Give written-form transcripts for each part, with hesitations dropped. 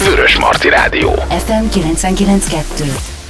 Vörösmarty Rádió. FM 99.2.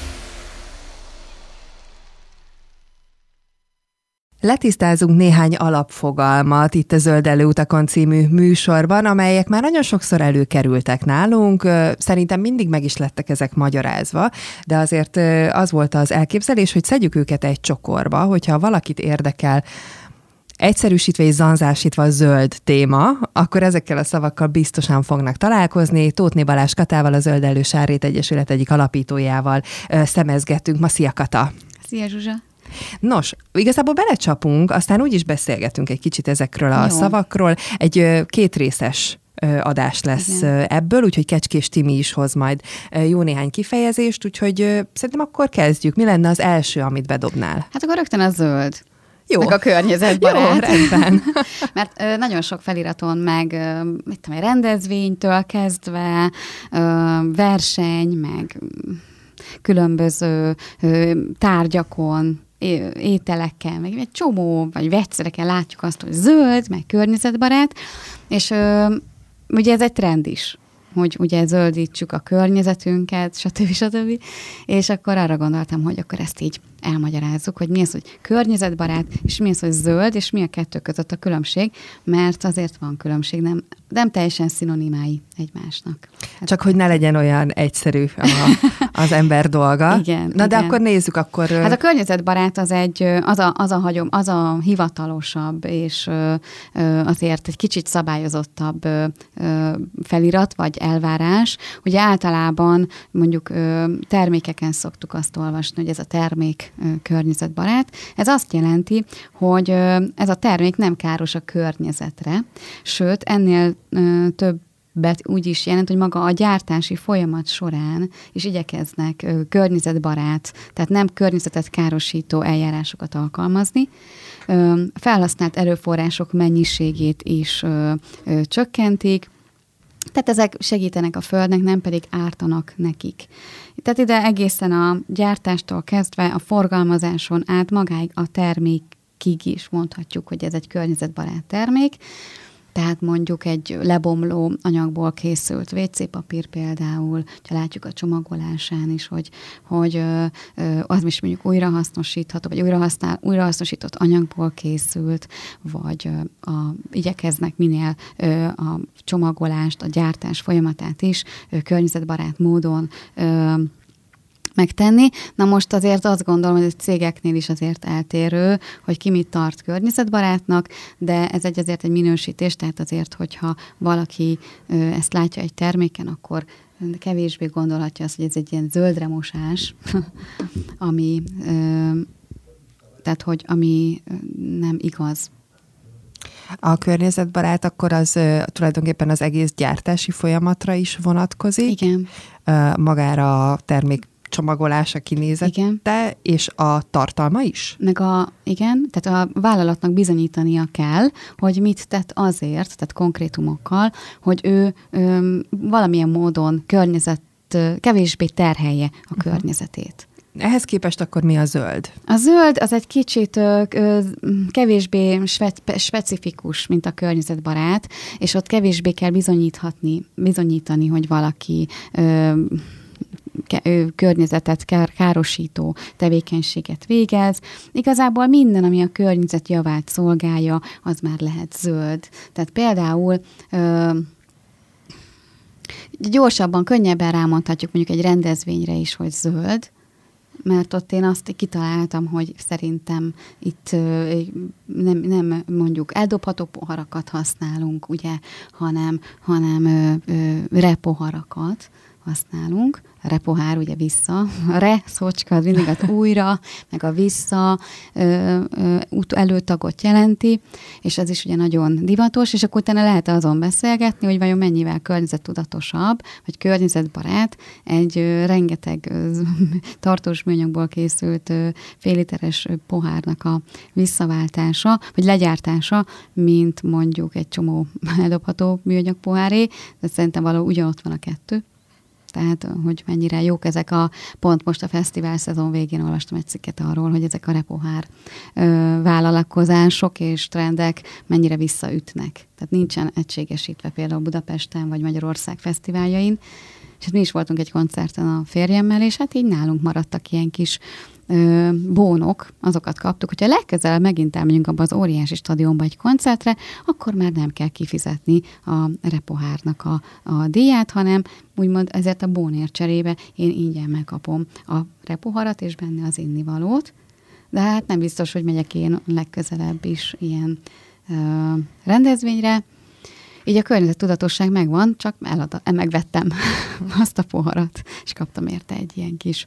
Letisztázunk néhány alapfogalmat itt a Zöld Előutakon című műsorban, amelyek már nagyon sokszor előkerültek nálunk. Szerintem mindig meg is lettek ezek magyarázva, de azért az volt az elképzelés, hogy szedjük őket egy csokorba, hogyha valakit érdekel, egyszerűsítve és zanzásítva a zöld téma, akkor ezekkel a szavakkal biztosan fognak találkozni. Tóthné Balázs Katával, a Zöld Elő Árrét Egyesület egyik alapítójával szemezgetünk. Ma szia, Kata! Szia, Zsuzsa! Nos, igazából belecsapunk, aztán úgy is beszélgetünk egy kicsit ezekről a szavakról. Egy kétrészes adás lesz ebből, úgyhogy Kecskés Timi is hoz majd jó néhány kifejezést, úgyhogy szerintem akkor kezdjük. Mi lenne az első, amit bedobnál? Hát akkor rögtön a zöld. Jó. Meg a környezetbarát. Jó, rendben. Mert nagyon sok feliraton, meg mit tudom, rendezvénytől kezdve, verseny, meg különböző tárgyakon, ételekkel, meg egy csomó, vagy vegyszerekkel látjuk azt, hogy zöld, meg környezetbarát, és ugye ez egy trend is, hogy ugye zöldítsük a környezetünket, stb. És akkor arra gondoltam, hogy akkor ezt így elmagyarázzuk, hogy mi az, hogy környezetbarát, és mi az, hogy zöld, és mi a kettő között a különbség, mert azért van különbség, nem teljesen szinonimái egymásnak. Csak hogy ne legyen olyan egyszerű az ember dolga. Igen. Na de akkor nézzük, akkor... Hát a környezetbarát az a hivatalosabb, és azért egy kicsit szabályozottabb felirat, vagy elvárás. Ugye általában mondjuk termékeken szoktuk azt olvasni, hogy ez a termék környezetbarát. Ez azt jelenti, hogy ez a termék nem káros a környezetre, sőt, ennél többet úgy is jelent, hogy maga a gyártási folyamat során is igyekeznek környezetbarát, tehát nem környezetet károsító eljárásokat alkalmazni. Felhasznált erőforrások mennyiségét is csökkentik, tehát ezek segítenek a Földnek, nem pedig ártanak nekik. Tehát ide egészen a gyártástól kezdve a forgalmazáson át magáig a termékig is mondhatjuk, hogy ez egy környezetbarát termék. Tehát mondjuk egy lebomló anyagból készült WC-papír például, ha látjuk a csomagolásán is, hogy az is mondjuk újrahasznosítható, vagy újrahasznosított anyagból készült, vagy igyekeznek minél a csomagolást, a gyártás folyamatát is környezetbarát módon megtenni. Na most azért azt gondolom, hogy a cégeknél is azért eltérő, hogy ki mit tart környezetbarátnak, de ez azért egy minősítés, tehát azért, hogyha valaki ezt látja egy terméken, akkor kevésbé gondolhatja azt, hogy ez egy ilyen zöldre mosás, ami nem igaz. A környezetbarát akkor az tulajdonképpen az egész gyártási folyamatra is vonatkozik. Igen. Magára a termék csomagolása, kinézete, és a tartalma is? Igen, tehát a vállalatnak bizonyítania kell, hogy mit tett azért, tehát konkrétumokkal, hogy ő valamilyen módon kevésbé terhelje a környezetét. Ehhez képest akkor mi a zöld? A zöld az egy kicsit kevésbé specifikus, mint a környezetbarát, és ott kevésbé kell bizonyítani, hogy valaki környezetet károsító tevékenységet végez. Igazából minden, ami a környezet javát szolgálja, az már lehet zöld. Tehát például gyorsabban, könnyebben rámondhatjuk mondjuk egy rendezvényre is, hogy zöld, mert ott én azt kitaláltam, hogy szerintem itt nem mondjuk eldobható poharakat használunk, ugye, hanem repoharakat használunk. A repohár ugye vissza, a re-szocska az mindig az újra, meg a vissza előtagot jelenti, és ez is ugye nagyon divatos, és akkor utána lehet azon beszélgetni, hogy vajon mennyivel környezettudatosabb, vagy környezetbarát egy rengeteg tartós műanyagból készült fél literes pohárnak a visszaváltása, vagy legyártása, mint mondjuk egy csomó eldobható műanyag poháré, de szerintem valahol ugyanott van a kettő. Tehát, hogy mennyire jók ezek pont most a fesztivál szezon végén olvastam egy cikket arról, hogy ezek a repohár vállalkozások és trendek mennyire visszaütnek. Tehát nincsen egységesítve például Budapesten vagy Magyarország fesztiváljain, És mi is voltunk egy koncerten a férjemmel, és hát így nálunk maradtak ilyen kis bónok, azokat kaptuk, hogyha legközelebb megint elmegyünk abba az óriási stadionba egy koncertre, akkor már nem kell kifizetni a repohárnak a díját, hanem úgymond ezért a bónért cserébe én ingyen megkapom a repoharat és benne az innivalót, de hát nem biztos, hogy megyek én legközelebb is ilyen rendezvényre. Így a környezettudatosság megvan, csak megvettem azt a poharat, és kaptam érte egy ilyen kis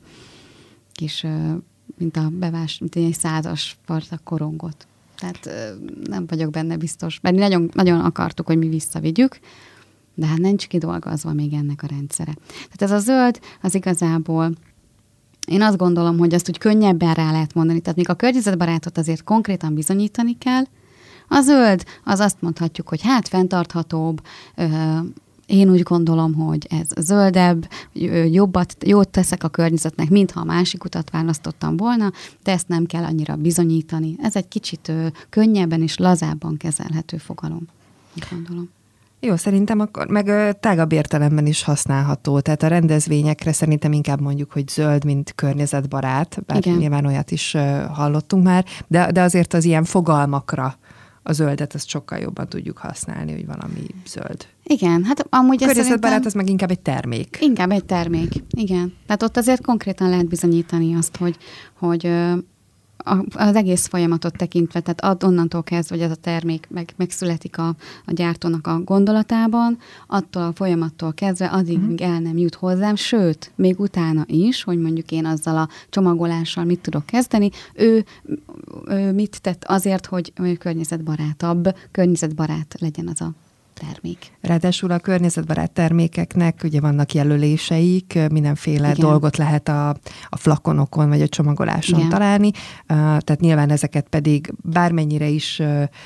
mint mint egy 100-as farta korongot. Tehát nem vagyok benne biztos. Mert nagyon, nagyon akartuk, hogy mi visszavigyük, de hát nincs kidolgozva még ennek a rendszere. Tehát ez a zöld, az igazából én azt gondolom, hogy azt úgy könnyebben rá lehet mondani. Tehát még a környezetbarátot azért konkrétan bizonyítani kell. A zöld, az azt mondhatjuk, hogy hát fenntarthatóbb, én úgy gondolom, hogy ez zöldebb, jót teszek a környezetnek, mintha a másik utat választottam volna, de ezt nem kell annyira bizonyítani. Ez egy kicsit könnyebben és lazábban kezelhető fogalom, gondolom. Jó, szerintem akkor meg tágabb értelemben is használható. Tehát a rendezvényekre szerintem inkább mondjuk, hogy zöld, mint környezetbarát, bár igen, nyilván olyat is hallottunk már, de azért az ilyen fogalmakra a zöldet azt sokkal jobban tudjuk használni, hogy valami zöld. Igen, hát amúgy ez környezetbarát az meg inkább egy termék. Inkább egy termék, igen. Tehát ott azért konkrétan lehet bizonyítani azt, hogy az egész folyamatot tekintve, tehát onnantól kezdve, hogy ez a termék megszületik a gyártónak a gondolatában, attól a folyamattól kezdve addig, míg el nem jut hozzám, sőt, még utána is, hogy mondjuk én azzal a csomagolással mit tudok kezdeni, ő mit tett azért, hogy környezetbarát legyen az a termék. Ráadásul a környezetbarát termékeknek ugye vannak jelöléseik, mindenféle igen, dolgot lehet a flakonokon vagy a csomagoláson igen, találni, tehát nyilván ezeket pedig bármennyire is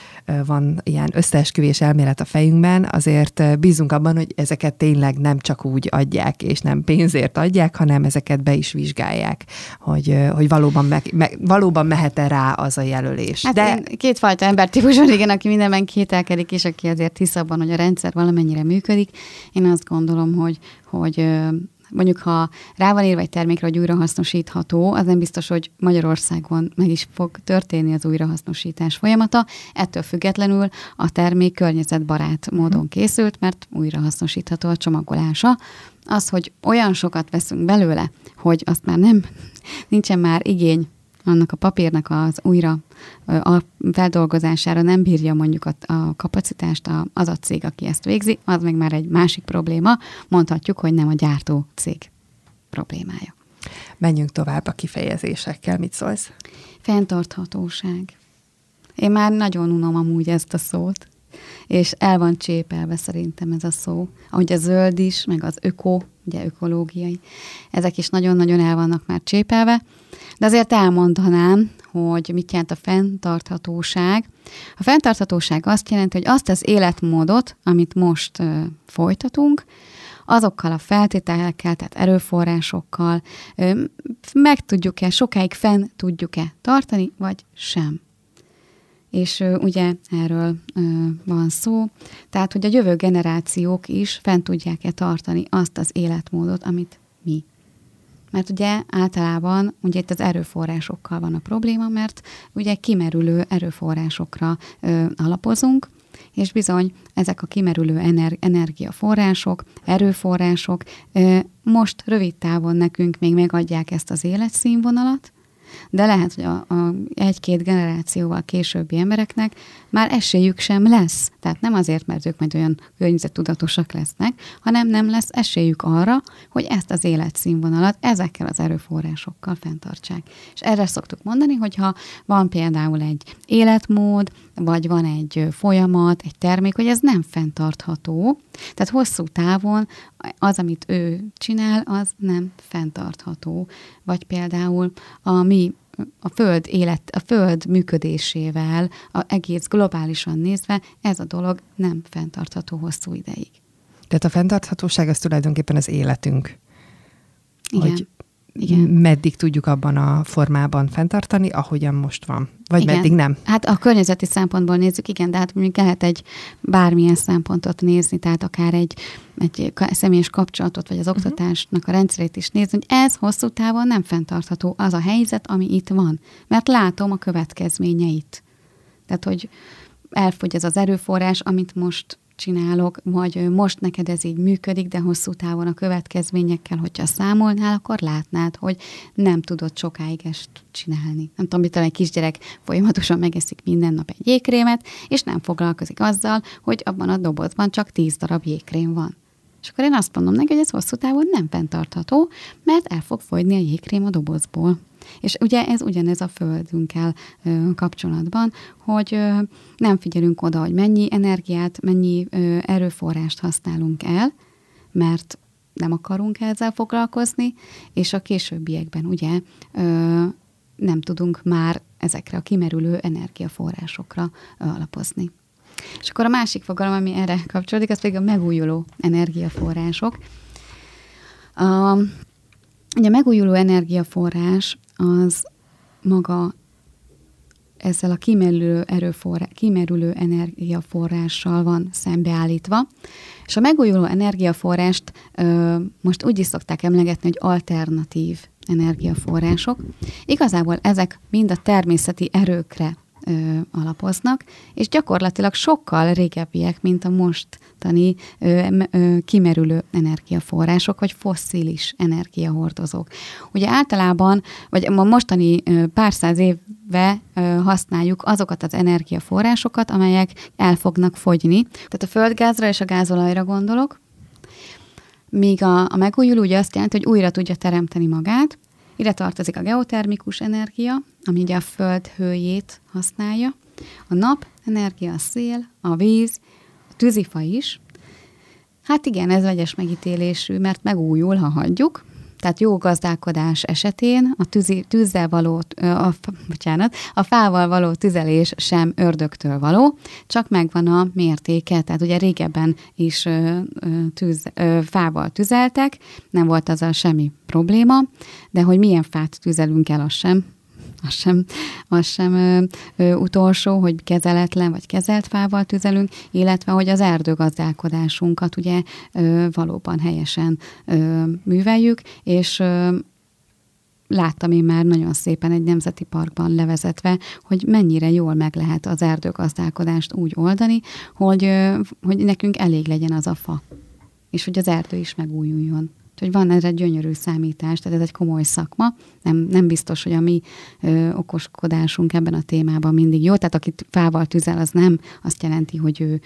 van ilyen összeesküvés elmélet a fejünkben, azért bízunk abban, hogy ezeket tényleg nem csak úgy adják, és nem pénzért adják, hanem ezeket be is vizsgálják, hogy valóban mehet-e rá az a jelölés. Hát de kétfajta embertípus van, igen, aki mindenben kételkedik, és aki azért hisz abban, hogy a rendszer valamennyire működik. Én azt gondolom, hogy mondjuk, ha rá van írva egy termékre, hogy újrahasznosítható, az nem biztos, hogy Magyarországon meg is fog történni az újrahasznosítás folyamata. Ettől függetlenül a termék környezetbarát módon készült, mert újrahasznosítható a csomagolása. Az, hogy olyan sokat veszünk belőle, hogy azt már nincsen már igény annak a papírnak az újra a feldolgozására, nem bírja mondjuk a kapacitást az a cég, aki ezt végzi, az meg már egy másik probléma. Mondhatjuk, hogy nem a gyártó cég problémája. Menjünk tovább a kifejezésekkel. Mit szólsz? Fenntarthatóság. Én már nagyon unom amúgy ezt a szót, és el van csépelve szerintem ez a szó. Ahogy a zöld is, meg az ugye ökológiai, ezek is nagyon-nagyon el vannak már csépelve, de azért elmondanám, hogy mit jelent a fenntarthatóság. A fenntarthatóság azt jelenti, hogy azt az életmódot, amit most folytatunk, azokkal a feltételekkel, tehát erőforrásokkal meg tudjuk-e, sokáig fenn tudjuk-e tartani, vagy sem. És ugye erről van szó, tehát hogy a jövő generációk is fenn tudják-e tartani azt az életmódot, amit mi. Mert ugye általában ugye itt az erőforrásokkal van a probléma, mert ugye kimerülő erőforrásokra alapozunk, és bizony ezek a kimerülő energiaforrások, erőforrások most rövid távon nekünk még megadják ezt az életszínvonalat, de lehet, hogy a egy-két generációval későbbi embereknek már esélyük sem lesz. Tehát nem azért, mert ők majd olyan környezettudatosak lesznek, hanem nem lesz esélyük arra, hogy ezt az életszínvonalat ezekkel az erőforrásokkal fenntartsák. És erre szoktuk mondani, hogyha van például egy életmód, vagy van egy folyamat, egy termék, hogy ez nem fenntartható. Tehát hosszú távon az, amit ő csinál, az nem fenntartható. Vagy például a Föld működésével, egész globálisan nézve, ez a dolog nem fenntartható hosszú ideig. Tehát a fenntarthatóság az tulajdonképpen az életünk. Igen. Hogy meddig tudjuk abban a formában fenntartani, ahogyan most van. Vagy igen. meddig nem? Hát a környezeti szempontból nézzük, igen, de hát mondjuk lehet egy bármilyen szempontot nézni, tehát akár egy személyes kapcsolatot, vagy az oktatásnak a rendszerét is nézni, hogy ez hosszú távon nem fenntartható az a helyzet, ami itt van. Mert látom a következményeit. Tehát, hogy elfogy ez az erőforrás, amit most csinálok, vagy most neked ez így működik, de hosszú távon a következményekkel, hogyha számolnál, akkor látnád, hogy nem tudod sokáig ezt csinálni. Nem tudom, hogy egy kisgyerek folyamatosan megeszik minden nap egy jégkrémet, és nem foglalkozik azzal, hogy abban a dobozban csak 10 darab jégkrém van. És akkor én azt mondom neki, hogy ez hosszú távon nem fenntartható, mert el fog fogyni a jégkrém a dobozból. És ugye ez ugyanez a földünkkel kapcsolatban, hogy nem figyelünk oda, hogy mennyi energiát, mennyi erőforrást használunk el, mert nem akarunk ezzel foglalkozni, és a későbbiekben ugye nem tudunk már ezekre a kimerülő energiaforrásokra alapozni. És akkor a másik fogalom, ami erre kapcsolódik, az pedig a megújuló energiaforrások. Ugye a megújuló energiaforrás az maga ezzel a kimerülő energiaforrással van szembeállítva, és a megújuló energiaforrást most úgy is szokták emlegetni, hogy alternatív energiaforrások. Igazából ezek mind a természeti erőkre alapoznak, és gyakorlatilag sokkal régebbiek, mint a mostani kimerülő energiaforrások, vagy fosszilis energiahordozók. Ugye általában, vagy a mostani pár száz éve használjuk azokat az energiaforrásokat, amelyek el fognak fogyni. Tehát a földgázra és a gázolajra gondolok, míg a megújuló ugye azt jelenti, hogy újra tudja teremteni magát. Ide tartozik a geotermikus energia, ami ugye a föld hőjét használja, a napenergia, a szél, a víz, a tűzifa is. Hát igen, ez vegyes megítélésű, mert megújul, ha hagyjuk. Tehát jó gazdálkodás esetén a fával való tüzelés sem ördögtől való, csak megvan a mértéke. Tehát ugye régebben is fával tüzeltek, nem volt azzal semmi probléma, de hogy milyen fát tüzelünk el, az sem utolsó, hogy kezeletlen vagy kezelt fával tüzelünk, illetve hogy az erdőgazdálkodásunkat ugye valóban helyesen műveljük, és láttam én már nagyon szépen egy nemzeti parkban levezetve, hogy mennyire jól meg lehet az erdőgazdálkodást úgy oldani, hogy nekünk elég legyen az a fa, és hogy az erdő is megújuljon. Hogy van erre gyönyörű számítás, tehát ez egy komoly szakma, nem biztos, hogy a mi okoskodásunk ebben a témában mindig jó, tehát aki fával tüzel, az nem azt jelenti, hogy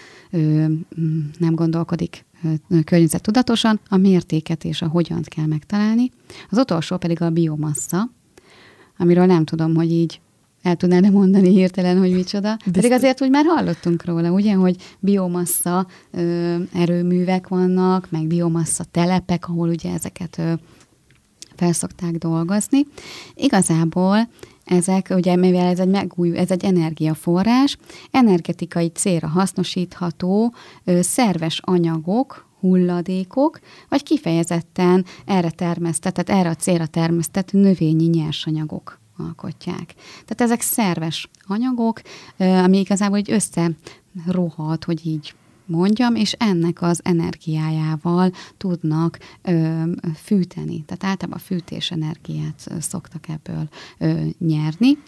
ő nem gondolkodik környezettudatosan, a mértéket és a hogyant kell megtalálni. Az utolsó pedig a biomassa, amiről nem tudom, hogy így el tudnád mondani hirtelen, hogy micsoda. Pedig azért úgy már hallottunk róla, ugye, hogy biomassa erőművek vannak, meg biomassa telepek, ahol ugye ezeket felszokták dolgozni. Igazából ezek, ugye, mivel ez egy energiaforrás, energetikai célra hasznosítható szerves anyagok, hulladékok, vagy kifejezetten erre a célra termesztett növényi nyersanyagok alkotják. Tehát ezek szerves anyagok, ami igazából így összerohad, hogy így mondjam, és ennek az energiájával tudnak fűteni. Tehát általában a fűtés energiát szoktak ebből nyerni.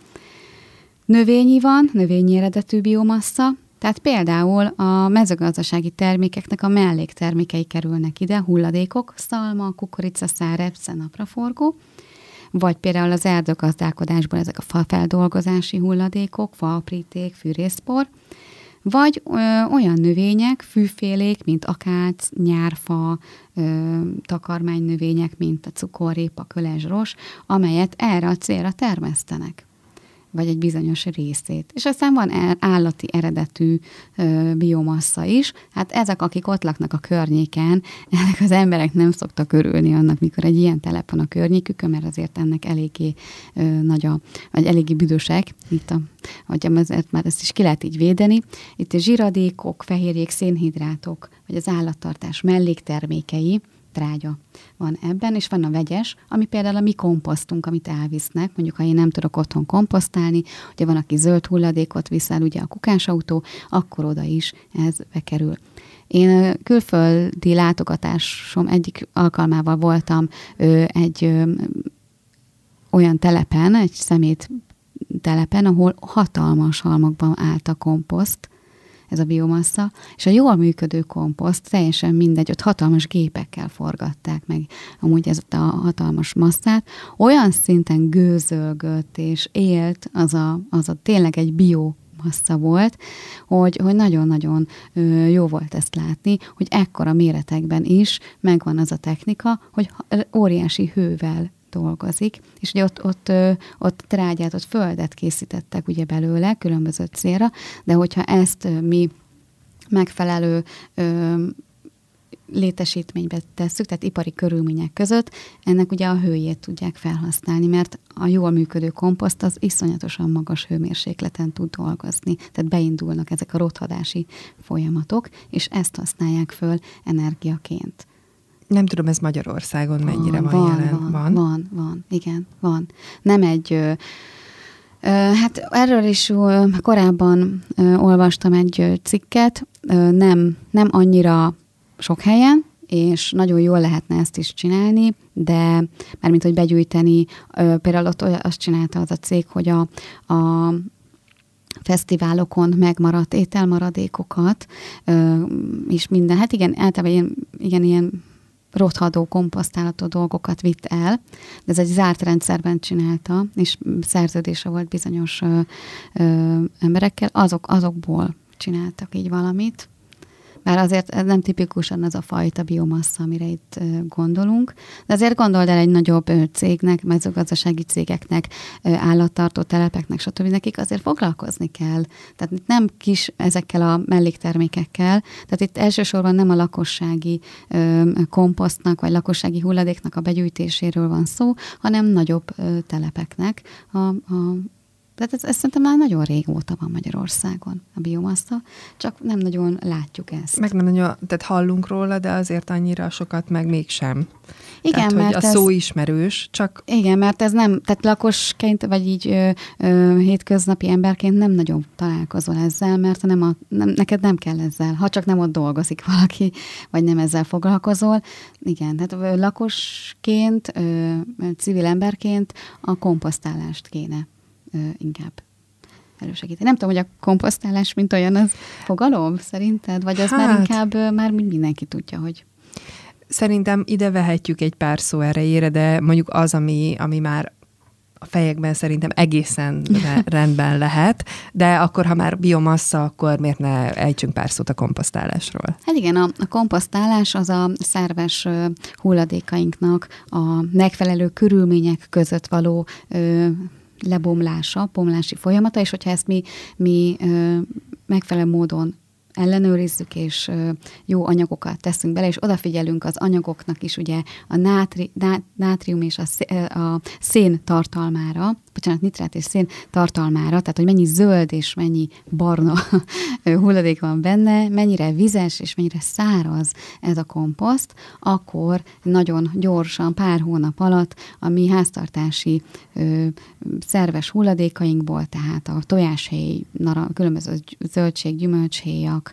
Növényi van, növényi eredetű biomassa, tehát például a mezőgazdasági termékeknek a melléktermékei kerülnek ide, hulladékok, szalma, kukorica, szárepsze, napraforgó, vagy például az erdőgazdálkodásból ezek a fafeldolgozási hulladékok, faapríték, fűrészpor, vagy olyan növények, fűfélék, mint akác, nyárfa, takarmánynövények, mint a cukorrépa, köles-ros, amelyet erre a célra termesztenek, vagy egy bizonyos részét. És aztán van állati eredetű biomassa is. Hát ezek, akik ott laknak a környéken, ezek az emberek nem szoktak örülni annak, mikor egy ilyen telep van a környékükön, mert azért ennek eléggé vagy eléggé büdösek, hogy azért már ezt is ki lehet így védeni. Itt a zsiradékok, fehérjék, szénhidrátok, vagy az állattartás melléktermékei, trágya van ebben, és van a vegyes, ami például a mi komposztunk, amit elvisznek, mondjuk ha én nem tudok otthon komposztálni, ugye van, aki zöld hulladékot viszel, ugye a kukásautó, akkor oda is ez bekerül. Én külföldi látogatásom egyik alkalmával voltam egy olyan telepen, egy szemét telepen, ahol hatalmas halmokban állt a komposzt, ez a biomassa, és a jól működő komposzt teljesen mindegy, ott hatalmas gépekkel forgatták meg amúgy ezt a hatalmas masszát, olyan szinten gőzölgött és élt, az a tényleg egy biomassa volt, hogy nagyon-nagyon jó volt ezt látni, hogy ekkora méretekben is megvan az a technika, hogy óriási hővel dolgozik, és ugye ott trágyát, ott földet készítettek ugye belőle különböző célra, de hogyha ezt mi megfelelő létesítménybe tesszük, tehát ipari körülmények között, ennek ugye a hőjét tudják felhasználni, mert a jól működő komposzt az iszonyatosan magas hőmérsékleten tud dolgozni, tehát beindulnak ezek a rothadási folyamatok, és ezt használják föl energiaként. Nem tudom, ez Magyarországon mennyire van jelen. Van, igen, van. Nem egy... Hát erről is korábban olvastam egy cikket, nem annyira sok helyen, és nagyon jól lehetne ezt is csinálni, de mármint, hogy begyűjteni, például ott azt csinálta az a cég, hogy a fesztiválokon megmaradt ételmaradékokat, és minden, hát igen, általában ilyen rothadó, komposztálható dolgokat vitt el, de ez egy zárt rendszerben csinálta, és szerződése volt bizonyos emberekkel, azokból csináltak így valamit. Bár azért ez nem tipikusan az a fajta biomassa, amire itt gondolunk, de azért gondold el egy nagyobb cégnek, mezőgazdasági cégeknek, állattartó telepeknek, stb. Nekik azért foglalkozni kell. Tehát itt nem kis ezekkel a melléktermékekkel, tehát itt elsősorban nem a lakossági komposztnak, vagy lakossági hulladéknak a begyűjtéséről van szó, hanem nagyobb telepeknek tehát ez szerintem már nagyon régóta van Magyarországon a biomassa, csak nem nagyon látjuk ezt. Meg nem nagyon, tehát hallunk róla, de azért annyira sokat meg mégsem. Igen, tehát, mert hogy a szó ismerős, csak... Igen, mert ez nem, tehát lakosként, vagy így hétköznapi emberként nem nagyon találkozol ezzel, mert neked nem kell ezzel, ha csak nem ott dolgozik valaki, vagy nem ezzel foglalkozol. Igen, tehát lakosként, civil emberként a komposztálást kéne inkább elősegíteni. Nem tudom, hogy a komposztálás mint olyan az fogalom szerinted? Vagy az már inkább már mindenki tudja, hogy... Szerintem ide vehetjük egy pár szó erejére, de mondjuk az, ami már a fejekben szerintem egészen rendben lehet, de akkor, ha már biomassa, akkor miért ne ejtsünk pár szót a komposztálásról? Hát igen, a komposztálás az a szerves hulladékainknak a megfelelő körülmények között való lebomlása, bomlási folyamata, és hogyha ezt mi megfelelő módon ellenőrizzük, és jó anyagokat teszünk bele, és odafigyelünk az anyagoknak is, ugye a nátrium és a szén tartalmára, nitrát és szén tartalmára, tehát hogy mennyi zöld és mennyi barna hulladék van benne, mennyire vizes és mennyire száraz ez a komposzt, akkor nagyon gyorsan, pár hónap alatt a mi háztartási szerves hulladékainkból, tehát a tojáshéj, különböző zöldség, gyümölcshéjak,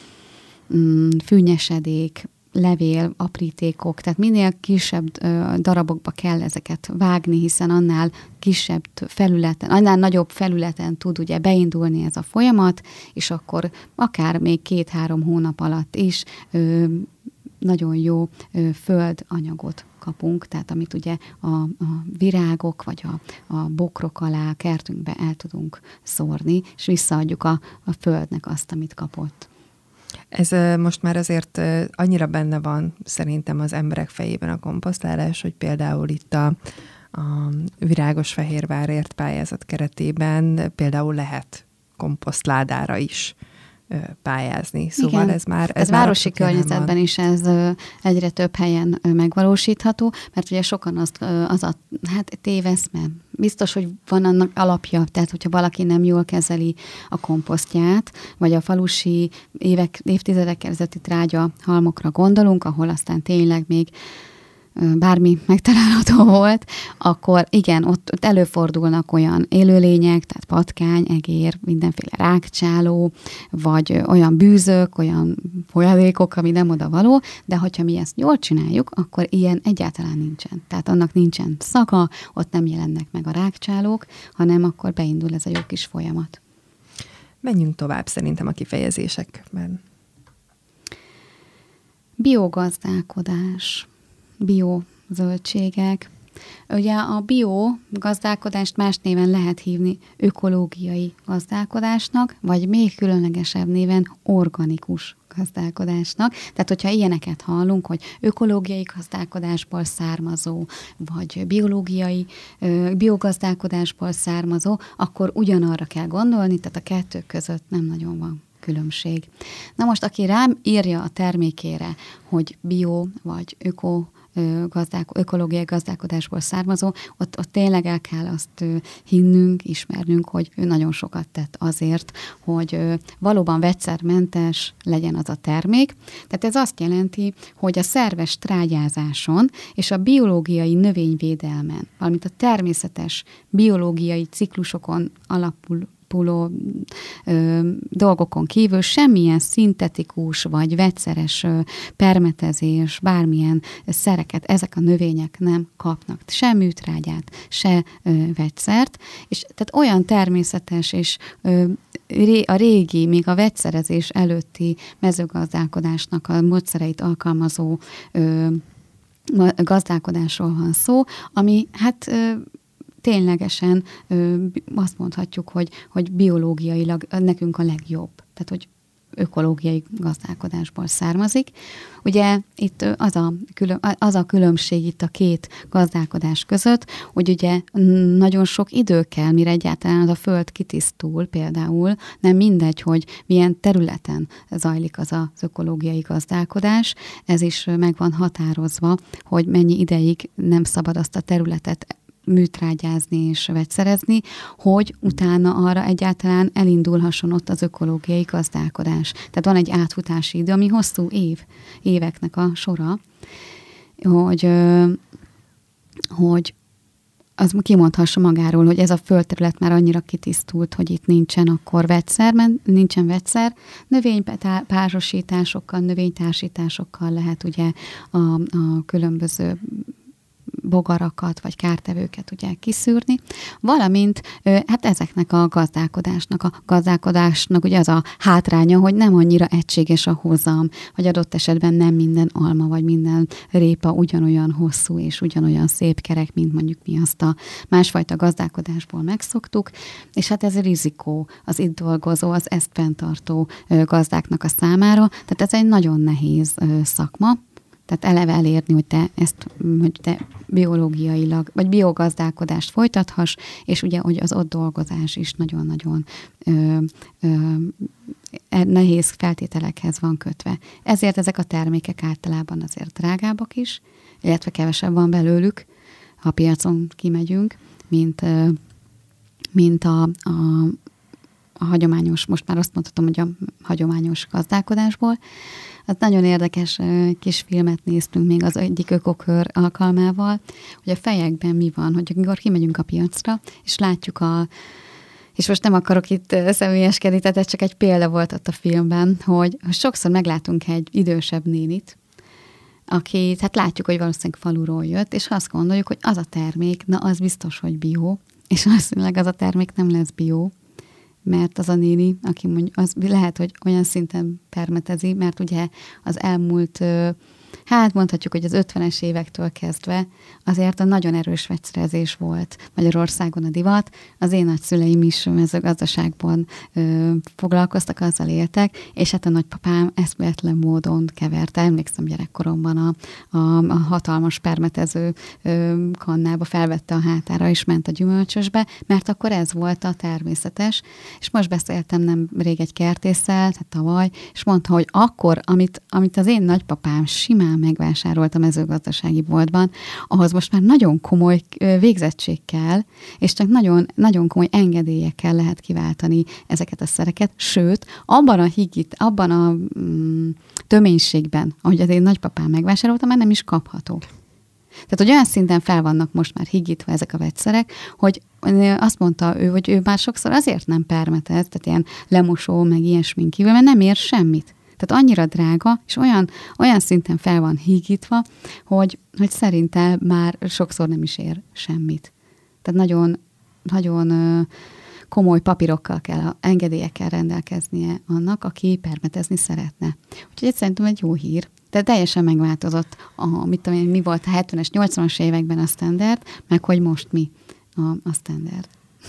fűnyesedék, levél, aprítékok, tehát minél kisebb darabokba kell ezeket vágni, hiszen annál kisebb felületen, annál nagyobb felületen tud ugye beindulni ez a folyamat, és akkor akár még 2-3 hónap alatt is nagyon jó földanyagot kapunk, tehát amit ugye a virágok vagy a bokrok alá, a kertünkbe el tudunk szórni, és visszaadjuk a földnek azt, amit kapott. Ez most már azért annyira benne van szerintem az emberek fejében a komposztálás, hogy például itt a Virágos Fehérvárért pályázat keretében például lehet komposztládára is pályázni. Szóval igen. ez már... Ez városi környezetben is ez egyre több helyen megvalósítható, mert ugye sokan hát téveszme. Biztos, hogy van annak alapja, tehát hogyha valaki nem jól kezeli a komposztját, vagy a falusi évtizedek ezelőtti trágya halmokra gondolunk, ahol aztán tényleg még bármi megtalálható volt, akkor igen, ott előfordulnak olyan élőlények, tehát patkány, egér, mindenféle rágcsáló, vagy olyan bűzök, olyan folyadékok, ami nem oda való, de hogyha mi ezt jól csináljuk, akkor ilyen egyáltalán nincsen. Tehát annak nincsen szaga, ott nem jelennek meg a rágcsálók, hanem akkor beindul ez a jó kis folyamat. Menjünk tovább szerintem a kifejezésekben. Biogazdálkodás. Biozöldségek. Ugye a biogazdálkodást más néven lehet hívni ökológiai gazdálkodásnak, vagy még különlegesebb néven organikus gazdálkodásnak. Tehát, hogyha ilyeneket hallunk, hogy ökológiai gazdálkodásból származó, vagy biogazdálkodásból származó, akkor ugyanarra kell gondolni, tehát a kettő között nem nagyon van különbség. Na most, aki rám írja a termékére, hogy bio vagy ökológiai gazdálkodásból származó, ott tényleg el kell azt hinnünk, ismernünk, hogy ő nagyon sokat tett azért, hogy valóban vegyszermentes legyen az a termék. Tehát ez azt jelenti, hogy a szerves trágyázáson és a biológiai növényvédelmen, valamint a természetes biológiai ciklusokon alapuló dolgokon kívül semmilyen szintetikus vagy vegyszeres permetezés, bármilyen szereket ezek a növények nem kapnak. Se műtrágyát, se vegyszert. És tehát olyan természetes és a régi, még a vegyszerezés előtti mezőgazdálkodásnak a módszereit alkalmazó gazdálkodásról van szó, ami hát ténylegesen azt mondhatjuk, hogy biológiailag nekünk a legjobb. Tehát, hogy ökológiai gazdálkodásból származik. Ugye itt az a különbség itt a két gazdálkodás között, hogy ugye nagyon sok idő kell, mire egyáltalán az a föld kitisztul például. Nem mindegy, hogy milyen területen zajlik az ökológiai gazdálkodás. Ez is meg van határozva, hogy mennyi ideig nem szabad azt a területet műtrágyázni és vegyszerezni, hogy utána arra egyáltalán elindulhasson ott az ökológiai gazdálkodás. Tehát van egy átfutási idő, ami hosszú éveknek a sora, hogy az kimondhassa magáról, hogy ez a földterület már annyira kitisztult, hogy itt nincsen akkor nincsen vegyszer. Növénypárosításokkal, növénytársításokkal lehet ugye a különböző bogarakat vagy kártevőket ugye kiszűrni, valamint hát ezeknek a gazdálkodásnak ugye az a hátránya, hogy nem annyira egységes a hozam, vagy adott esetben nem minden alma vagy minden répa ugyanolyan hosszú és ugyanolyan szép kerek, mint mondjuk mi azt a másfajta gazdálkodásból megszoktuk, és hát ez rizikó az itt dolgozó, az ezt fenntartó gazdáknak a számára, tehát ez egy nagyon nehéz szakma. Tehát eleve elérni, hogy te biológiailag, vagy biogazdálkodást folytathass, és ugye, hogy az ott dolgozás is nagyon-nagyon nehéz feltételekhez van kötve. Ezért ezek a termékek általában azért drágábbak is, illetve kevesebb van belőlük, ha a piacon kimegyünk, mint a hagyományos, most már azt mondhatom, hogy a hagyományos gazdálkodásból. Az nagyon érdekes kis filmet néztünk még az egyik ökokör alkalmával, hogy a fejekben mi van, hogy amikor kimegyünk a piacra, és látjuk és most nem akarok itt személyeskedni, tehát csak egy példa volt ott a filmben, hogy sokszor meglátunk egy idősebb nénit, aki, hát látjuk, hogy valószínűleg faluról jött, és azt gondoljuk, hogy az a termék, na az biztos, hogy bio, és valószínűleg az a termék nem lesz bio, mert az a néni, aki mondjuk, az lehet, hogy olyan szinten permetezi, mert ugye az elmúlt hát mondhatjuk, hogy az 50-es évektől kezdve azért a nagyon erős vegyszerezés volt Magyarországon a divat. Az én nagyszüleim is mezőgazdaságban foglalkoztak, azzal éltek, és hát a nagypapám eszméletlen módon keverte. Emlékszem gyerekkoromban a hatalmas permetező kannába felvette a hátára, és ment a gyümölcsösbe, mert akkor ez volt a természetes. És most beszéltem nemrég egy kertésszel, tehát tavaly, és mondta, hogy akkor, amit az én nagypapám simán megvásárolt a mezőgazdasági boltban, ahhoz most már nagyon komoly végzettség kell, és csak nagyon, nagyon komoly engedélyekkel lehet kiváltani ezeket a szereket, sőt, abban a töménységben, ahogy az én nagypapám megvásárolta, már nem is kapható. Tehát, hogy olyan szinten fel vannak most már higítva ezek a vegyszerek, hogy azt mondta ő, hogy ő már sokszor azért nem permetez, tehát ilyen lemosó, meg ilyesmin kívül, mert nem ér semmit. Tehát annyira drága, és olyan szinten fel van hígítva, hogy szerintem már sokszor nem is ér semmit. Tehát nagyon, nagyon komoly papírokkal kell, engedélyekkel rendelkeznie annak, aki permetezni szeretne. Úgyhogy ez szerintem egy jó hír. Tehát teljesen megváltozott, mi volt a 70-es, 80-as években a standard, meg hogy most mi a standard.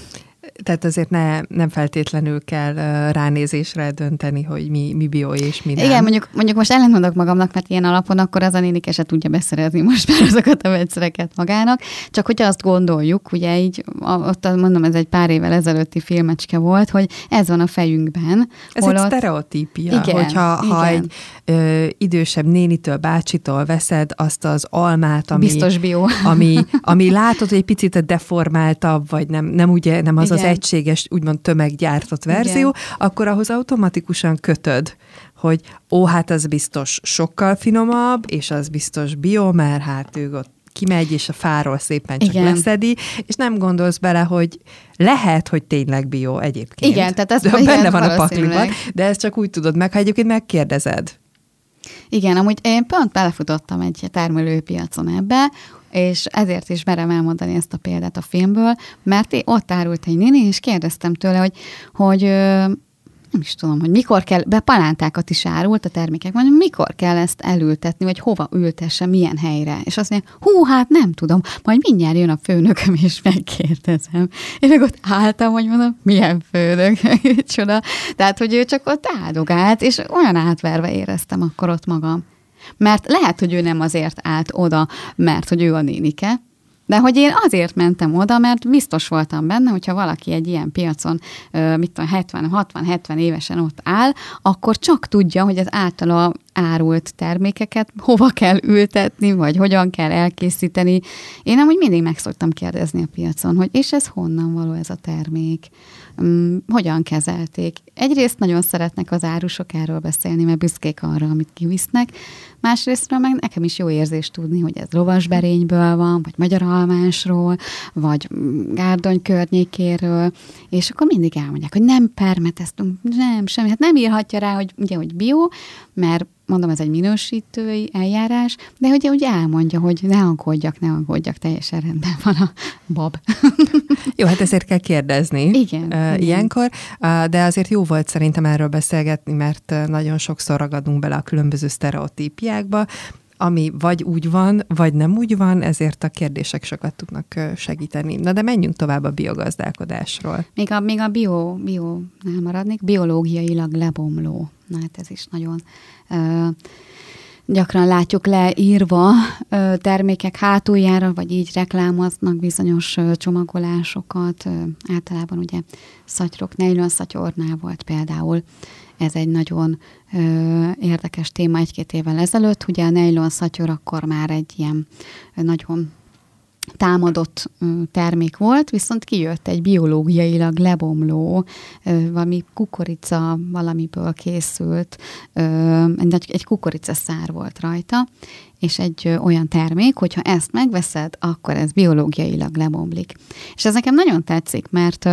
Tehát azért nem feltétlenül kell ránézésre dönteni, hogy mi bio és mi nem. Igen, mondjuk most ellentmondok magamnak, mert ilyen alapon akkor az a nénike se tudja beszerezni most már azokat a vegyszereket magának. Csak hogy azt gondoljuk, ugye így, ott mondom, ez egy pár évvel ezelőtti filmecske volt, hogy ez van a fejünkben. Ez egy sztereotípia, igen, hogyha egy idősebb nénitől, bácsitól veszed azt az almát, ami... Biztos bio. Ami látod, hogy egy picit deformáltabb, vagy nem az az egységes, úgymond tömeggyártott verzió, igen, akkor ahhoz automatikusan kötöd, hogy hát az biztos sokkal finomabb, és az biztos bio, mert hát ő ott kimegy, és a fáról szépen csak leszedi, és nem gondolsz bele, hogy lehet, hogy tényleg bio egyébként. Igen, tehát ez benne van a pakliban, de ezt csak úgy tudod meg, ha egyébként megkérdezed. Igen, amúgy én pont belefutottam egy termelőpiacon ebbe, és ezért is merem elmondani ezt a példát a filmből, mert ott árult egy néni, és kérdeztem tőle, hogy nem is tudom, hogy mikor kell, palántákat is árult a termékekben, hogy mikor kell ezt elültetni, vagy hova ültesse, milyen helyre. És azt mondja, hát nem tudom, majd mindjárt jön a főnököm, és megkérdezem. És meg ott álltam, hogy mondom, milyen főnök, csoda. Tehát, hogy ő csak ott áldogált, és olyan átverve éreztem akkor ott magam. Mert lehet, hogy ő nem azért állt oda, mert hogy ő a nénike, de hogy én azért mentem oda, mert biztos voltam benne, hogyha valaki egy ilyen piacon, 60-70 évesen ott áll, akkor csak tudja, hogy az általa árult termékeket hova kell ültetni, vagy hogyan kell elkészíteni. Én amúgy mindig meg szoktam kérdezni a piacon, hogy és ez honnan való ez a termék? Hogyan kezelték? Egyrészt nagyon szeretnek az árusok erről beszélni, mert büszkék arra, amit kivisznek. Másrésztről meg nekem is jó érzés tudni, hogy ez lovasberényből van, vagy magyar almásról, vagy Gárdony környékéről, és akkor mindig elmondják, hogy nem permeteztünk, nem, semmi. Hát nem írhatja rá, hogy ugye, hogy bio, mert mondom, ez egy minősítői eljárás, de ugye úgy elmondja, hogy ne aggódjak, teljesen rendben van a bab. Jó, hát ezért kell kérdezni. Igen. Ilyenkor, de azért jó volt szerintem erről beszélgetni, mert nagyon sokszor ragadunk bele a különböző sztereotípiákba, ami vagy úgy van, vagy nem úgy van, ezért a kérdések sokat tudnak segíteni. Na de menjünk tovább a biogazdálkodásról. Még a bio-nál maradnék, biológiailag lebomló. Na hát ez is nagyon gyakran látjuk leírva termékek hátuljára, vagy így reklámoznak bizonyos csomagolásokat. Általában ugye szatyrok, nejlon szatyornál volt például. Ez egy nagyon érdekes téma 1-2 évvel ezelőtt. Ugye a nejlon szatyor akkor már egy ilyen nagyon támadott termék volt, viszont kijött egy biológiailag lebomló, valami kukorica valamiből készült, egy kukoricaszár volt rajta, és egy olyan termék, hogyha ezt megveszed, akkor ez biológiailag lebomlik. És ez nekem nagyon tetszik, mert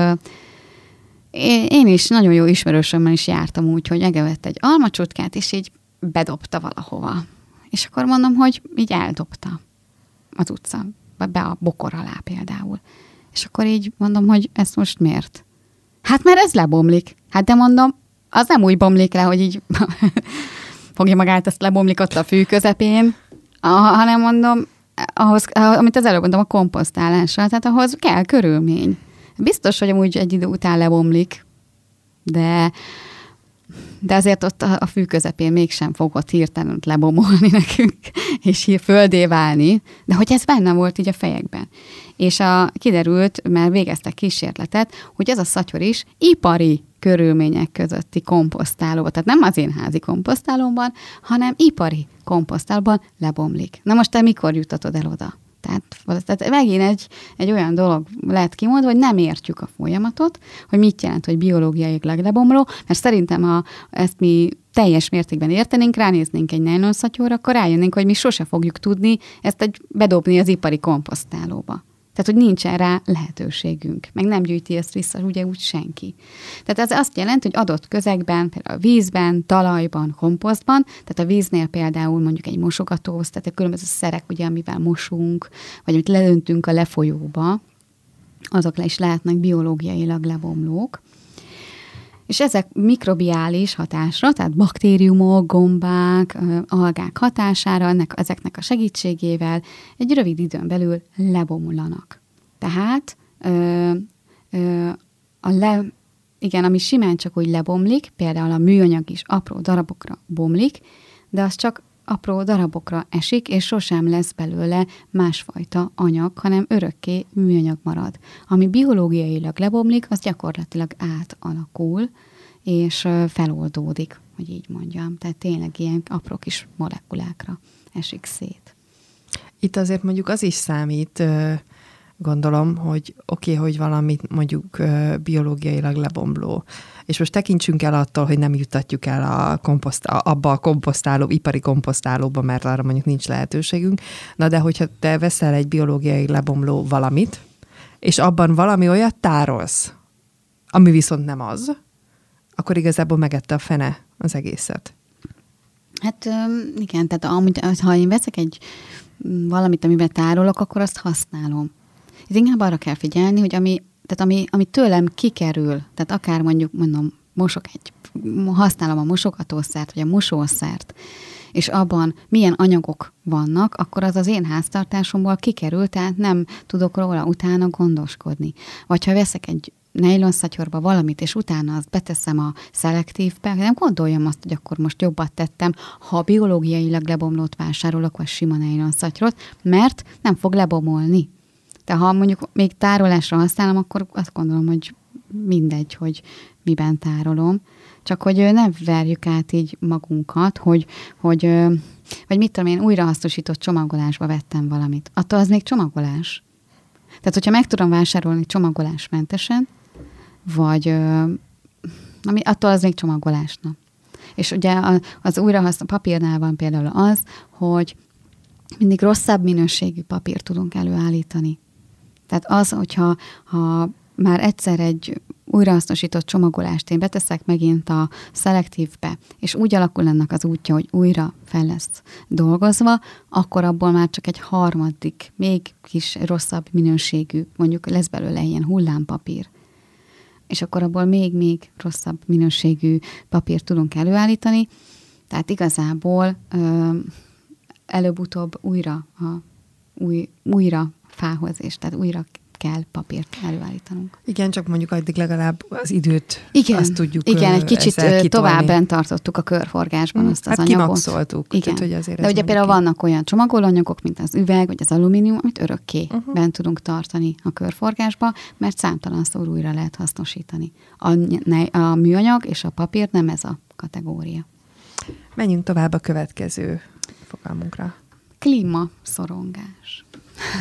én is nagyon jó ismerősömmel is jártam úgy, hogy megevett egy almacsutkát, és így bedobta valahova. És akkor mondom, hogy így eldobta az utca, be a bokor alá például. És akkor így mondom, hogy ezt most miért? Hát mert ez lebomlik. Hát de mondom, az nem úgy bomlik le, hogy így fogja magát, ezt lebomlik ott a fű közepén, hanem mondom, ahhoz, amit az előbb mondtam, a komposztálással, tehát ahhoz kell körülmény. Biztos, hogy amúgy egy idő után lebomlik, de azért ott a fű közepén mégsem fogott hirtelen lebomolni nekünk, és földé válni, de hogy ez benne volt így a fejekben. És kiderült, mert végeztek kísérletet, hogy ez a szatyor is ipari körülmények közötti komposztálóban, tehát nem az én házi komposztálóban, hanem ipari komposztálóban lebomlik. Na most te mikor jutatod el oda? Tehát megint egy olyan dolog lehet kimondva, hogy nem értjük a folyamatot, hogy mit jelent, hogy biológiailag lebomló, mert szerintem, ezt mi teljes mértékben értenénk, ránéznénk egy nejlonszatyorra, akkor rájönnénk, hogy mi sose fogjuk tudni ezt bedobni az ipari komposztálóba. Tehát, hogy nincsen rá lehetőségünk, meg nem gyűjti ezt vissza ugye úgy senki. Tehát ez azt jelenti, hogy adott közegben, például a vízben, talajban, komposztban, tehát a víznél például mondjuk egy mosogatóhoz, tehát a különböző szerek, ugye, amivel mosunk, vagy amit leöntünk a lefolyóba, azok is lehetnek biológiailag lebomlók. És ezek mikrobiális hatásra, tehát baktériumok, gombák, algák hatására, ezeknek a segítségével egy rövid időn belül lebomlanak. Tehát ami simán csak úgy lebomlik, például a műanyag is apró darabokra bomlik, de az csak apró darabokra esik, és sosem lesz belőle másfajta anyag, hanem örökké műanyag marad. Ami biológiailag lebomlik, az gyakorlatilag átalakul, és feloldódik, hogy így mondjam. Tehát tényleg ilyen apró kis molekulákra esik szét. Itt azért mondjuk az is számít, gondolom, hogy hogy valamit mondjuk biológiailag lebomló. És most tekintsünk el attól, hogy nem juttatjuk el abba a komposztáló, ipari komposztálóba, mert arra mondjuk nincs lehetőségünk. Na de hogyha te veszel egy biológiai lebomló valamit, és abban valami olyat tárolsz, ami viszont nem az, akkor igazából megette a fene az egészet. Hát igen, tehát amúgy, ha én veszek valamit, amiben tárolok, akkor azt használom. Ez inkább arra kell figyelni, hogy ami tőlem kikerül, tehát akár mondom, használom a mosogatószert, vagy a mosószert, és abban milyen anyagok vannak, akkor az én háztartásomból kikerül, tehát nem tudok róla utána gondoskodni. Vagy ha veszek egy nejlonszatyorba valamit, és utána azt beteszem a szelektívbe, nem gondoljam azt, hogy akkor most jobbat tettem, ha biológiailag lebomlót vásárolok, vagy sima nejlonszatyrot, mert nem fog lebomolni. De ha mondjuk még tárolásra használom, akkor azt gondolom, hogy mindegy, hogy miben tárolom. Csak hogy ne verjük át így magunkat, hogy vagy mit tudom én, újrahasznosított csomagolásba vettem valamit. Attól az még csomagolás. Tehát, hogyha meg tudom vásárolni csomagolásmentesen, vagy attól az még csomagolásna. És ugye az papírnál van például az, hogy mindig rosszabb minőségű papírt tudunk előállítani. Tehát az, hogyha már egyszer egy újrahasznosított csomagolást én beteszek megint a szelektívbe, és úgy alakul ennek az útja, hogy újra fel lesz dolgozva, akkor abból már csak egy harmadik, még kis rosszabb minőségű, mondjuk lesz belőle ilyen hullámpapír. És akkor abból még rosszabb minőségű papírt tudunk előállítani. Tehát igazából előbb-utóbb újra fához, és tehát újra kell papírt előállítanunk. Igen, csak mondjuk addig legalább az időt azt tudjuk. Igen, egy kicsit tovább bent tartottuk a körforgásban azt az anyagot. Kimaxoltuk. Igen. Tehát, hogy azért de ugye például vannak olyan csomagolóanyagok, mint az üveg, vagy az alumínium, amit örökké bent tudunk tartani a körforgásba, mert számtalanszor újra lehet hasznosítani. A műanyag és a papír nem ez a kategória. Menjünk tovább a következő fogalmunkra. Klímaszorongás.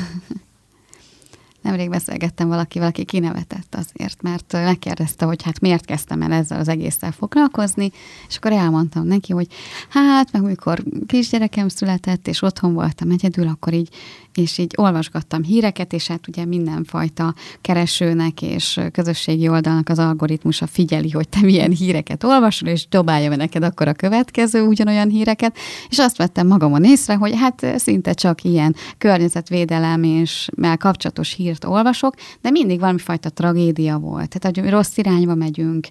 Nemrég beszélgettem valakivel, aki kinevetett azért, mert megkérdezte, hogy hát miért kezdtem el ezzel az egésszel foglalkozni, és akkor elmondtam neki, hogy hát, meg amikor kisgyerekem született, és otthon voltam egyedül, akkor így olvasgattam híreket, és hát ugye mindenfajta keresőnek és közösségi oldalnak az algoritmusa figyeli, hogy te milyen híreket olvasol, és dobálja neked akkor a következő ugyanolyan híreket, és azt vettem magamon észre, hogy hát szinte csak ilyen környezetvédelem és kapcsolatos hírt hírt olvasok, de mindig valamifajta tragédia volt. Tehát, hogy rossz irányba megyünk,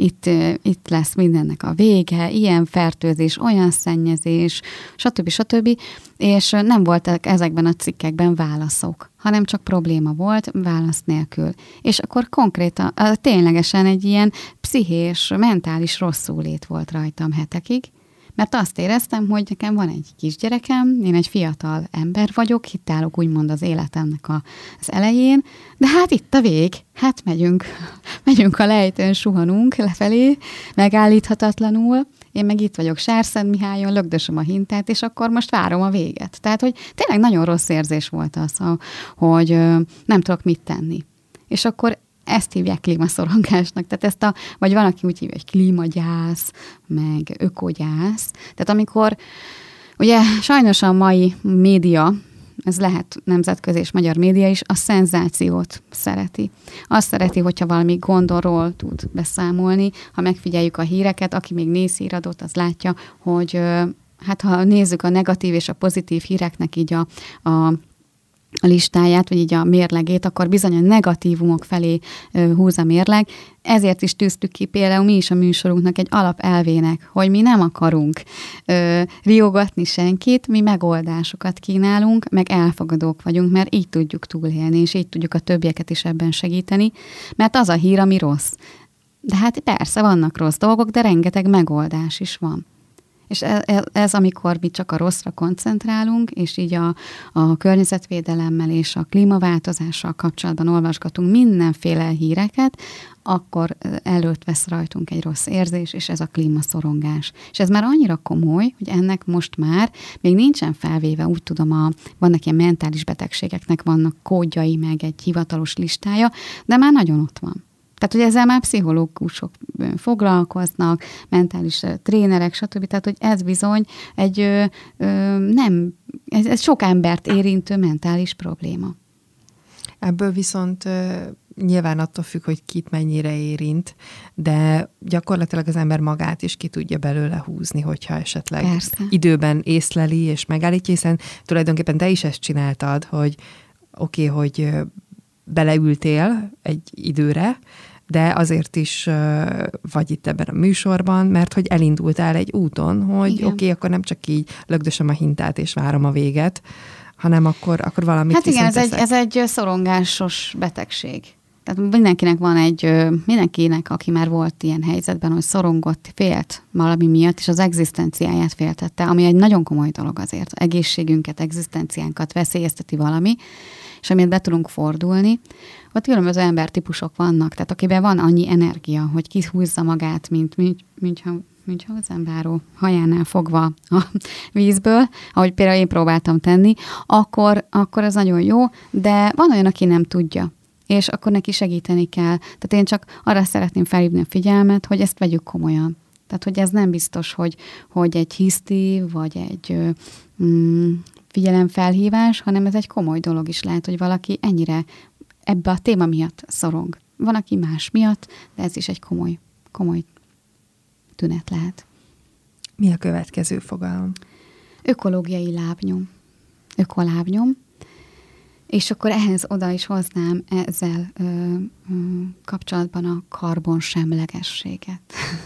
itt lesz mindennek a vége, ilyen fertőzés, olyan szennyezés, stb. És nem voltak ezekben a cikkekben válaszok, hanem csak probléma volt válasz nélkül. És akkor konkrétan, ténylegesen egy ilyen pszichés, mentális rosszulét volt rajtam hetekig, mert azt éreztem, hogy nekem van egy kisgyerekem, én egy fiatal ember vagyok, itt állok úgymond az életemnek az elején, de hát itt a vég, hát megyünk a lejtőn, suhanunk lefelé, megállíthatatlanul, én meg itt vagyok Sárszentmihályon, lögdösöm a hintát, és akkor most várom a véget. Tehát, hogy tényleg nagyon rossz érzés volt az, hogy nem tudok mit tenni. És akkor ezt hívják klímaszorongásnak. Tehát vagy van, aki úgy hívja, hogy klímagyász, meg ökogyász. Tehát amikor, ugye sajnos a mai média, ez lehet nemzetközi és magyar média is, a szenzációt szereti. Azt szereti, hogyha valami gondról tud beszámolni. Ha megfigyeljük a híreket, aki még néz híradót, az látja, hogy hát ha nézzük a negatív és a pozitív híreknek így a listáját, vagy így a mérlegét, akkor bizony a negatívumok felé húz a mérleg. Ezért is tűztük ki például mi is a műsorunknak egy alapelvének, hogy mi nem akarunk riogatni senkit, mi megoldásokat kínálunk, meg elfogadók vagyunk, mert így tudjuk túlélni, és így tudjuk a többieket is ebben segíteni, mert az a hír, ami rossz. De hát persze vannak rossz dolgok, de rengeteg megoldás is van. És ez amikor mi csak a rosszra koncentrálunk, és így a környezetvédelemmel és a klímaváltozással kapcsolatban olvasgatunk mindenféle híreket, akkor előtt vesz rajtunk egy rossz érzés, és ez a klímaszorongás. És ez már annyira komoly, hogy ennek most már még nincsen felvéve, úgy tudom, vannak ilyen mentális betegségeknek, vannak kódjai, meg egy hivatalos listája, de már nagyon ott van. Tehát, hogy ezzel már pszichológusok foglalkoznak, mentális trénerek, stb. Tehát, hogy ez bizony ez sok embert érintő mentális probléma. Ebből viszont nyilván attól függ, hogy kit mennyire érint, de gyakorlatilag az ember magát is ki tudja belőle húzni, hogyha esetleg Persze. időben észleli és megállítja, hiszen tulajdonképpen te is ezt csináltad, hogy oké, hogy beleültél egy időre, de azért is vagy itt ebben a műsorban, mert hogy elindultál egy úton, hogy oké, akkor nem csak így lögdösöm a hintát és várom a véget, hanem akkor valamit hát igen, ez egy szorongásos betegség. Tehát mindenkinek, aki már volt ilyen helyzetben, hogy szorongott, félt valami miatt, és az egzisztenciáját féltette, ami egy nagyon komoly dolog azért. Egészségünket, egzisztenciánkat veszélyezteti valami, és amiért be tudunk fordulni. Ott különböző embertípusok vannak, tehát akiben van annyi energia, hogy kihúzza magát, mint Münchhausen-báró hajánál fogva a vízből, ahogy például én próbáltam tenni, akkor ez nagyon jó, de van olyan, aki nem tudja, és akkor neki segíteni kell. Tehát én csak arra szeretném felhívni a figyelmet, hogy ezt vegyük komolyan. Tehát, hogy ez nem biztos, hogy egy hiszti, vagy egy figyelemfelhívás, hanem ez egy komoly dolog is lehet, hogy valaki ennyire ebbe a téma miatt szorong. Van, aki más miatt, de ez is egy komoly tünet lehet. Mi a következő fogalom? Ökológiai lábnyom. Ökolábnyom. És akkor ehhez oda is hoznám ezzel kapcsolatban a karbonsemlegességet.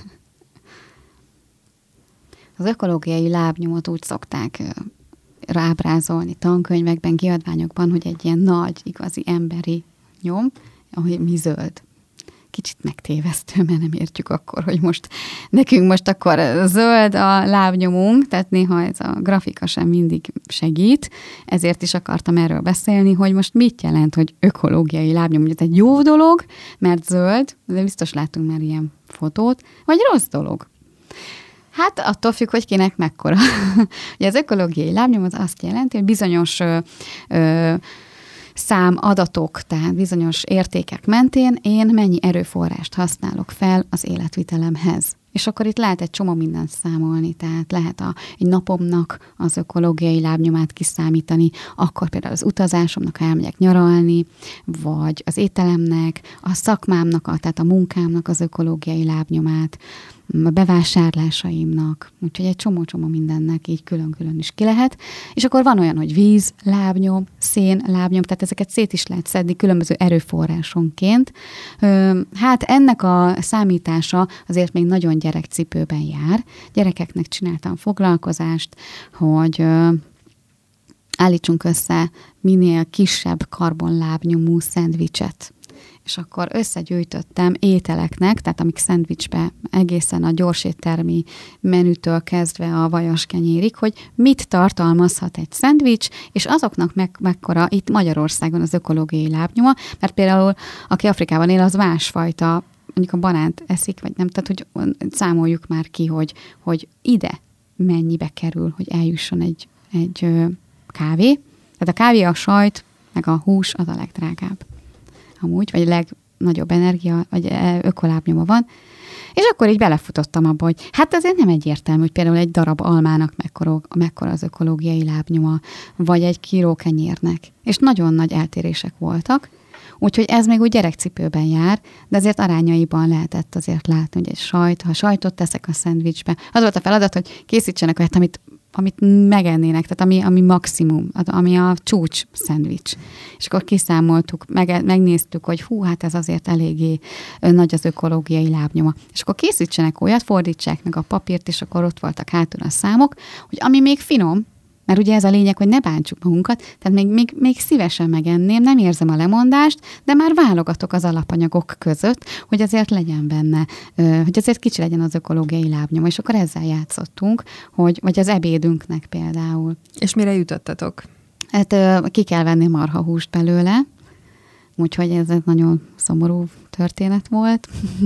Az ökológiai lábnyomot úgy szokták rábrázolni tankönyvekben, kiadványokban, hogy egy ilyen nagy, igazi emberi nyom, ahogy mi zöld. Kicsit megtévesztő, mert nem értjük akkor, hogy nekünk most akkor zöld a lábnyomunk, tehát néha ez a grafika sem mindig segít, ezért is akartam erről beszélni, hogy most mit jelent, hogy ökológiai lábnyom, ugye egy jó dolog, mert zöld, de biztos látunk már ilyen fotót, vagy rossz dolog. Hát attól függ, hogy kinek mekkora. Ugye az ökológiai lábnyom az azt jelenti, hogy bizonyos számadatok, tehát bizonyos értékek mentén én mennyi erőforrást használok fel az életvitelemhez. És akkor itt lehet egy csomó mindent számolni, tehát lehet egy napomnak az ökológiai lábnyomát kiszámítani, akkor például az utazásomnak, ha elmegyek nyaralni, vagy az ételemnek, a szakmámnak, tehát a munkámnak az ökológiai lábnyomát, bevásárlásaimnak, úgyhogy egy csomó-csomó mindennek így külön-külön is ki lehet. És akkor van olyan, hogy víz, lábnyom, szén, lábnyom, tehát ezeket szét is lehet szedni különböző erőforrásonként. Hát ennek a számítása azért még nagyon gyerekcipőben jár. Gyerekeknek csináltam foglalkozást, hogy állítsunk össze minél kisebb karbonlábnyomú szendvicset. És akkor összegyűjtöttem ételeknek, tehát amik szendvicsbe egészen a gyorséttermi menütől kezdve a vajaskenyérig, hogy mit tartalmazhat egy szendvics, és azoknak mekkora itt Magyarországon az ökológiai lábnyoma, mert például aki Afrikában él, az másfajta, mondjuk a banánt eszik, vagy nem, tehát hogy számoljuk már ki, hogy ide mennyibe kerül, hogy eljusson egy kávé. Tehát a kávé, a sajt, meg a hús az a legdrágább. Amúgy, vagy a legnagyobb energia, vagy ökolábnyoma van. És akkor így belefutottam abba, hogy hát azért nem egyértelmű, hogy például egy darab almának mekkora az ökológiai lábnyoma, vagy egy kiló kenyérnek. És nagyon nagy eltérések voltak. Úgyhogy ez még úgy gyerekcipőben jár, de azért arányaiban lehetett azért látni, hogy egy sajt, ha sajtot teszek a szendvicsbe. Az volt a feladat, hogy készítsenek olyat, amit megennének, tehát ami maximum, ami a csúcs szendvics. És akkor kiszámoltuk, megnéztük, hogy hát ez azért eléggé nagy az ökológiai lábnyoma. És akkor készítsenek olyat, fordítsák meg a papírt, és akkor ott voltak hátul a számok, hogy ami még finom, mert ugye ez a lényeg, hogy ne bántsuk magunkat, tehát még szívesen megenném, nem érzem a lemondást, de már válogatok az alapanyagok között, hogy azért legyen benne, hogy azért kicsi legyen az ökológiai lábnyoma, és akkor ezzel játszottunk, vagy az ebédünknek például. És mire jutottatok? Hát ki kell venni marhahúst belőle, úgyhogy ez egy nagyon szomorú történet volt.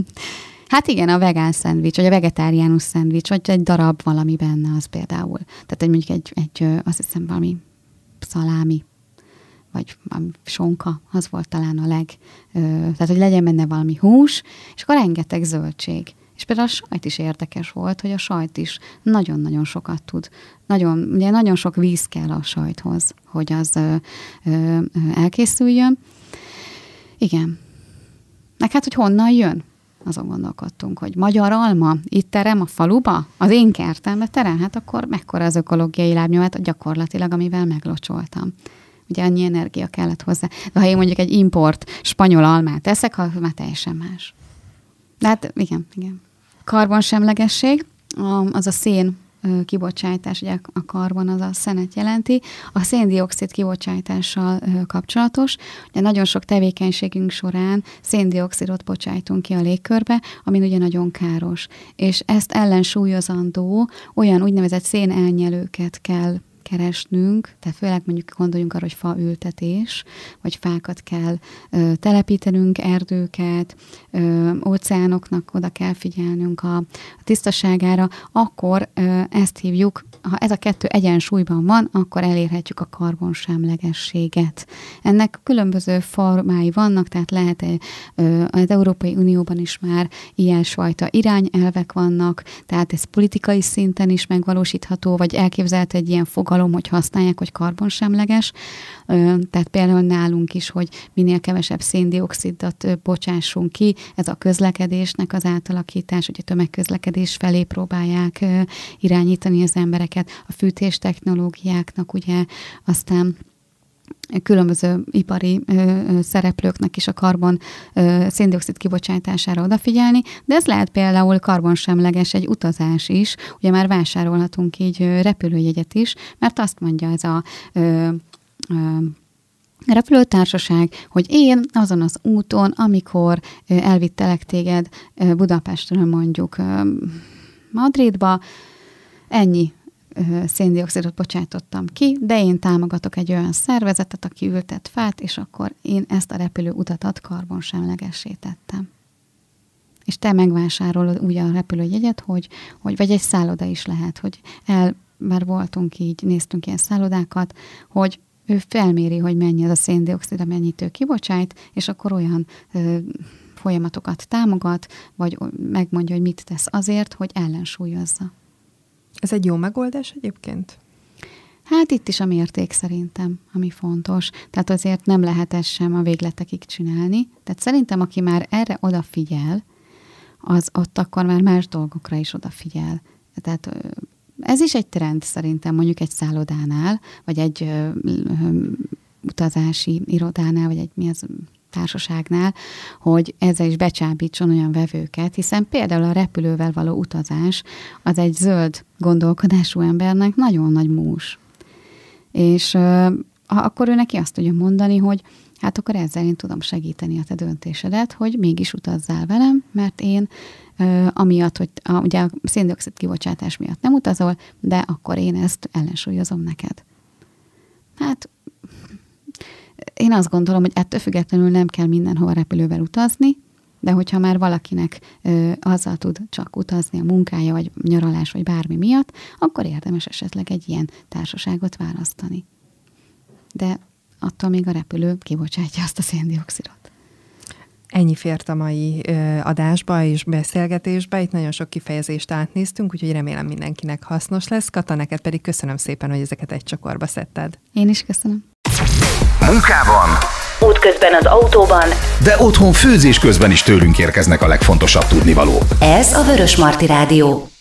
Hát igen, a vegán szendvics, vagy a vegetáriánus szendvics, vagy egy darab valami benne az például. Tehát mondjuk egy azt hiszem valami szalámi, vagy valami sonka, az volt talán tehát hogy legyen benne valami hús, és akkor rengeteg zöldség. És például a sajt is érdekes volt, hogy a sajt is nagyon-nagyon sokat tud. Ugye nagyon sok víz kell a sajthoz, hogy az elkészüljön. Igen. Meg hát, hogy honnan jön? Azon gondolkodtunk, hogy magyar alma itt terem a faluba, az én kertembe terem, hát akkor mekkora az ökológiai lábnyomát gyakorlatilag, amivel meglocsoltam. Ugye annyi energia kellett hozzá. De ha én mondjuk egy import spanyol almát eszek, már teljesen más. De hát igen. Karbonsemlegesség, az a szén kibocsátás, ugye a karbon az a szenet jelenti, a széndioxid kibocsátással kapcsolatos. Ugye nagyon sok tevékenységünk során széndioxidot bocsájtunk ki a légkörbe, ami ugye nagyon káros. És ezt ellensúlyozandó olyan úgynevezett szénelnyelőket kell keresnünk, tehát főleg mondjuk gondoljunk arra, hogy faültetés, vagy fákat kell telepítenünk, erdőket, óceánoknak oda kell figyelnünk a tisztaságára, akkor ezt hívjuk, ha ez a kettő egyensúlyban van, akkor elérhetjük a karbonsemlegességet. Ennek különböző formái vannak, tehát lehet az Európai Unióban is már ilyesfajta irányelvek vannak, tehát ez politikai szinten is megvalósítható, vagy elképzelhető egy ilyen fogalom, hogy használják, hogy karbonsemleges. Tehát például nálunk is, hogy minél kevesebb széndioxidot bocsássunk ki, ez a közlekedésnek az átalakítás, hogy a tömegközlekedés felé próbálják irányítani az embereket, a fűtés technológiáknak, ugye aztán különböző ipari szereplőknek is a karbon széndioxid kibocsátására odafigyelni, de ez lehet például karbonsemleges egy utazás is, ugye már vásárolhatunk így repülőjegyet is, mert azt mondja ez a repülőtársaság, hogy én azon az úton, amikor elvittelek téged Budapestről mondjuk Madridba, ennyi széndioxidot bocsátottam ki, de én támogatok egy olyan szervezetet, aki ültet fát, és akkor én ezt a repülőutatat karbonsemlegessé tettem. És te megvásárolod úgy a repülőjegyet, hogy vagy egy szálloda is lehet, hogy már voltunk így, néztünk ilyen szállodákat, hogy ő felméri, hogy mennyi az a széndioxid, amennyit ő kibocsájt, és akkor olyan folyamatokat támogat, vagy megmondja, hogy mit tesz azért, hogy ellensúlyozza. Ez egy jó megoldás egyébként? Hát itt is a mérték szerintem, ami fontos. Tehát azért nem lehet ezt sem a végletekig csinálni. Tehát szerintem, aki már erre odafigyel, az ott akkor már más dolgokra is odafigyel. Tehát ez is egy trend szerintem mondjuk egy szállodánál, vagy egy utazási irodánál, vagy egy társaságnál, hogy ezzel is becsábítson olyan vevőket, hiszen például a repülővel való utazás az egy zöld gondolkodású embernek nagyon nagy mús. És akkor ő neki azt tudja mondani, hogy hát akkor ezzel én tudom segíteni a te döntésedet, hogy mégis utazzál velem, mert én amiatt, hogy ugye a szén-dioxid kibocsátás miatt nem utazol, de akkor én ezt ellensúlyozom neked. Hát én azt gondolom, hogy ettől függetlenül nem kell mindenhova repülővel utazni, de hogyha már valakinek azzal tud csak utazni a munkája, vagy nyaralás, vagy bármi miatt, akkor érdemes esetleg egy ilyen társaságot választani. De attól még a repülő kibocsátja azt a szén-dioxidot. Ennyi fért a mai adásba és beszélgetésbe. Itt nagyon sok kifejezést átnéztünk, úgyhogy remélem mindenkinek hasznos lesz. Kata, neked pedig köszönöm szépen, hogy ezeket egy csokorba szedted. Én is köszönöm. Munkában, Útközben az autóban, de otthon főzés közben is tőlünk érkeznek a legfontosabb tudnivalók. ez a Vörösmarty Rádió.